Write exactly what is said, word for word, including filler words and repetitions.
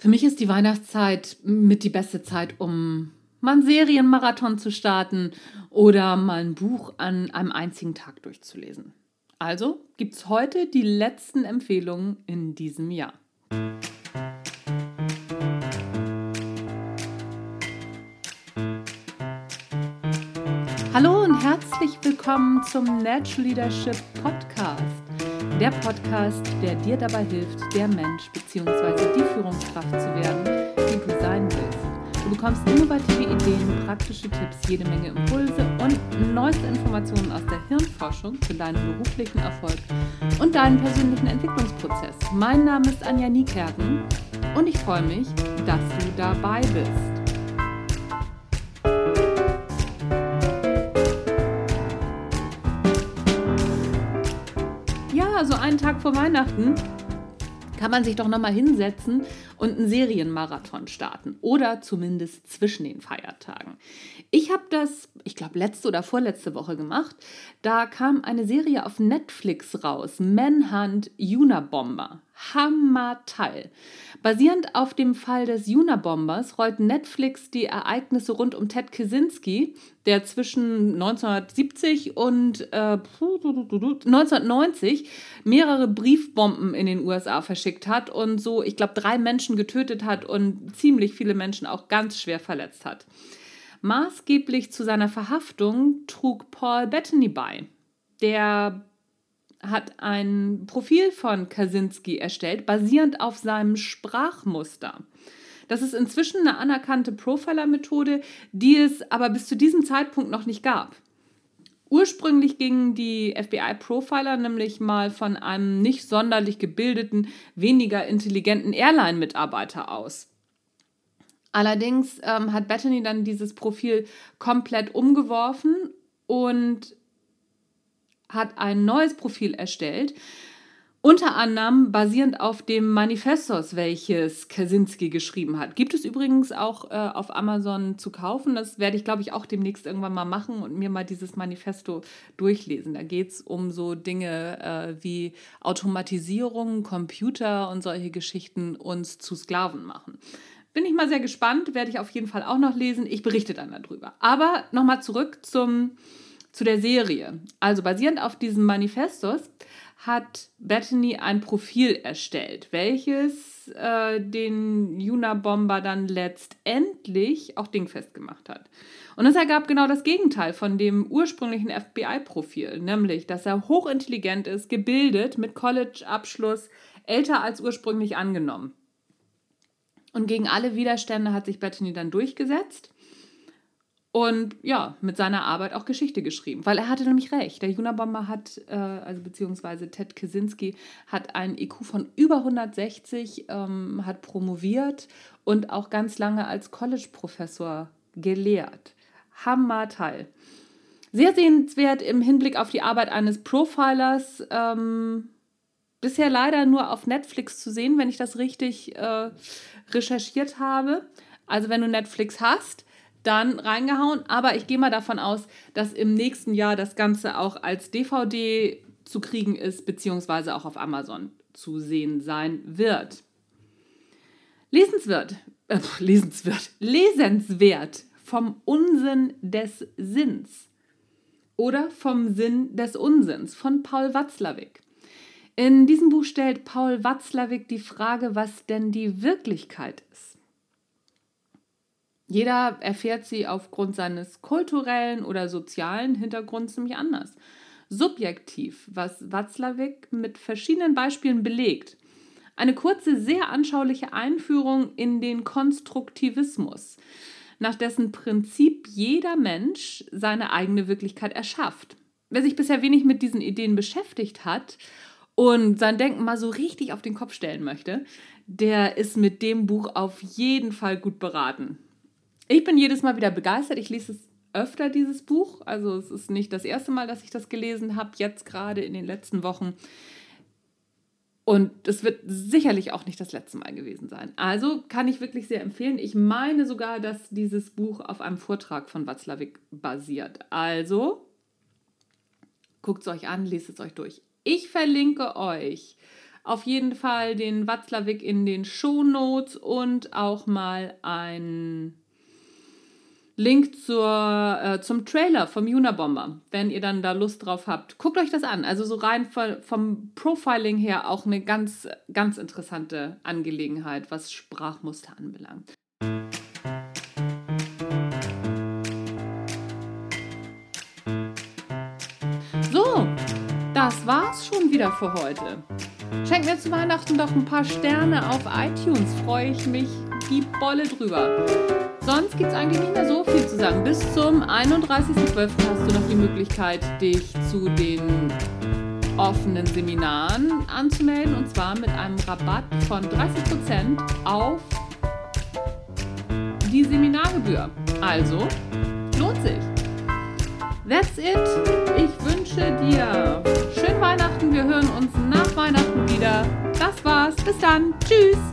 Für mich ist die Weihnachtszeit mit die beste Zeit, um mal einen Serienmarathon zu starten oder mal ein Buch an einem einzigen Tag durchzulesen. Also gibt es heute die letzten Empfehlungen in diesem Jahr. Hallo und herzlich willkommen zum Natural Leadership Podcast. Der Podcast, der dir dabei hilft, der Mensch bzw. die Führungskraft zu werden, die du sein willst. Du bekommst innovative Ideen, praktische Tipps, jede Menge Impulse und neueste Informationen aus der Hirnforschung für deinen beruflichen Erfolg und deinen persönlichen Entwicklungsprozess. Mein Name ist Anja Niekerken und ich freue mich, dass du dabei bist. Ja, so einen Tag vor Weihnachten kann man sich doch nochmal hinsetzen und einen Serienmarathon starten oder zumindest zwischen den Feiertagen. Ich habe das, ich glaube, letzte oder vorletzte Woche gemacht. Da kam eine Serie auf Netflix raus, Manhunt Unabomber. Hammerteil. Basierend auf dem Fall des Unabombers rollt Netflix die Ereignisse rund um Ted Kaczynski, der zwischen neunzehnhundertsiebzig und äh, neunzehnhundertneunzig mehrere Briefbomben in den U S A verschickt hat und so, ich glaube, drei Menschen getötet hat und ziemlich viele Menschen auch ganz schwer verletzt hat. Maßgeblich zu seiner Verhaftung trug Paul Bettany bei. Der hat ein Profil von Kaczynski erstellt, basierend auf seinem Sprachmuster. Das ist inzwischen eine anerkannte Profiler-Methode, die es aber bis zu diesem Zeitpunkt noch nicht gab. Ursprünglich gingen die F B I-Profiler nämlich mal von einem nicht sonderlich gebildeten, weniger intelligenten Airline-Mitarbeiter aus. Allerdings ähm, hat Bettany dann dieses Profil komplett umgeworfen und hat ein neues Profil erstellt, unter anderem basierend auf dem Manifestos, welches Kaczynski geschrieben hat. Gibt es übrigens auch äh, auf Amazon zu kaufen. Das werde ich, glaube ich, auch demnächst irgendwann mal machen und mir mal dieses Manifesto durchlesen. Da geht es um so Dinge äh, wie Automatisierung, Computer und solche Geschichten uns zu Sklaven machen. Bin ich mal sehr gespannt, werde ich auf jeden Fall auch noch lesen. Ich berichte dann darüber. Aber nochmal zurück zum Zu der Serie. Also basierend auf diesem Manifestos hat Bettany ein Profil erstellt, welches äh, den Unabomber dann letztendlich auch dingfest gemacht hat. Und das ergab genau das Gegenteil von dem ursprünglichen F B I-Profil, nämlich, dass er hochintelligent ist, gebildet, mit College-Abschluss, älter als ursprünglich angenommen. Und gegen alle Widerstände hat sich Bettany dann durchgesetzt. Und ja, mit seiner Arbeit auch Geschichte geschrieben, weil er hatte nämlich recht. Der Unabomber hat, äh, also beziehungsweise Ted Kaczynski, hat einen I Q von über hundertsechzig, ähm, hat promoviert und auch ganz lange als College-Professor gelehrt. Hammerteil. Sehr sehenswert im Hinblick auf die Arbeit eines Profilers. Ähm, bisher leider nur auf Netflix zu sehen, wenn ich das richtig äh, recherchiert habe. Also wenn du Netflix hast, dann reingehauen, aber ich gehe mal davon aus, dass im nächsten Jahr das Ganze auch als D V D zu kriegen ist, beziehungsweise auch auf Amazon zu sehen sein wird. Lesenswert, äh, lesenswert, lesenswert vom Unsinn des Sinns oder vom Sinn des Unsinns von Paul Watzlawick. In diesem Buch stellt Paul Watzlawick die Frage, was denn die Wirklichkeit ist. Jeder erfährt sie aufgrund seines kulturellen oder sozialen Hintergrunds ziemlich anders. Subjektiv, was Watzlawick mit verschiedenen Beispielen belegt. Eine kurze, sehr anschauliche Einführung in den Konstruktivismus, nach dessen Prinzip jeder Mensch seine eigene Wirklichkeit erschafft. Wer sich bisher wenig mit diesen Ideen beschäftigt hat und sein Denken mal so richtig auf den Kopf stellen möchte, der ist mit dem Buch auf jeden Fall gut beraten. Ich bin jedes Mal wieder begeistert. Ich lese es öfter, dieses Buch. Also es ist nicht das erste Mal, dass ich das gelesen habe, jetzt gerade in den letzten Wochen. Und es wird sicherlich auch nicht das letzte Mal gewesen sein. Also kann ich wirklich sehr empfehlen. Ich meine sogar, dass dieses Buch auf einem Vortrag von Watzlawick basiert. Also guckt es euch an, lest es euch durch. Ich verlinke euch Auf jeden Fall den Watzlawick in den Shownotes und auch mal ein Link zur, äh, zum Trailer vom Unabomber, wenn ihr dann da Lust drauf habt. Guckt euch das an. Also so rein vom Profiling her auch eine ganz, ganz interessante Angelegenheit, was Sprachmuster anbelangt. So, das war's schon wieder für heute. Schenkt mir zu Weihnachten doch ein paar Sterne auf iTunes. Freue ich mich die Bolle drüber. Sonst gibt es eigentlich nicht mehr so viel zu sagen. Bis zum einunddreißigsten zwölften hast du noch die Möglichkeit, dich zu den offenen Seminaren anzumelden. Und zwar mit einem Rabatt von dreißig Prozent auf die Seminargebühr. Also, lohnt sich. That's it. Ich wünsche dir schöne Weihnachten. Wir hören uns nach Weihnachten wieder. Das war's. Bis dann. Tschüss.